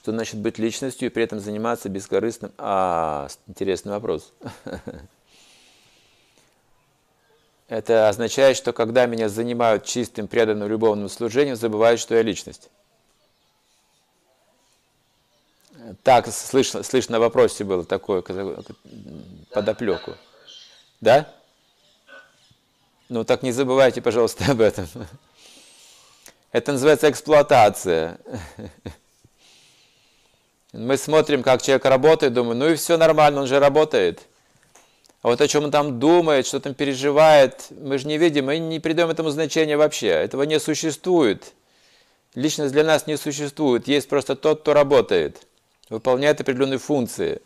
Что значит быть личностью и при этом заниматься бескорыстным? Интересный вопрос. Это означает, что когда меня занимают чистым, преданным, любовным служением, забывают, что я личность. Так, слышно в вопросе было такое, подоплеку. Да? Ну так не забывайте, пожалуйста, об этом. Это называется эксплуатация. Мы смотрим, как человек работает, думаем, ну и все нормально, он же работает. А вот о чем он там думает, что там переживает, мы же не видим, мы не придаем этому значения вообще. Этого не существует. Личность для нас не существует. Есть просто тот, кто работает, выполняет определенные функции.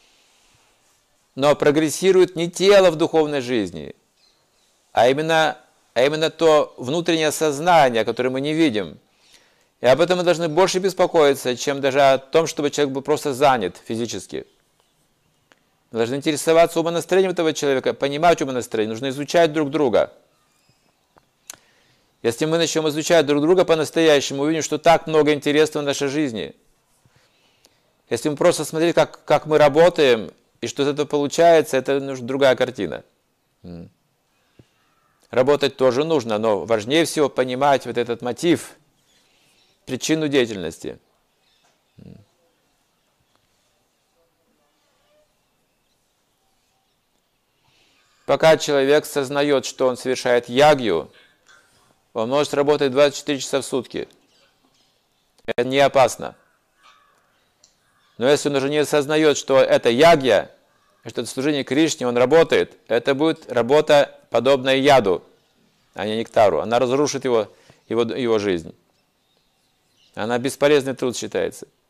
Но прогрессирует не тело в духовной жизни, а именно то внутреннее сознание, которое мы не видим. И об этом мы должны больше беспокоиться, чем даже о том, чтобы человек был просто занят физически. Мы должны интересоваться умонастроением этого человека, понимать умонастроение, нужно изучать друг друга. Если мы начнем изучать друг друга по-настоящему, увидим, что так много интересного в нашей жизни. Если мы просто смотреть, как мы работаем, и что из этого получается, это другая картина. Работать тоже нужно, но важнее всего понимать вот этот мотив, причину деятельности. Пока человек сознает, что он совершает ягью, он может работать 24 часа в сутки. Это не опасно. Но если он уже не осознает, что это ягья, что это служение Кришне, он работает, это будет работа, подобная яду, а не нектару. Она разрушит его жизнь. Она бесполезный труд считается.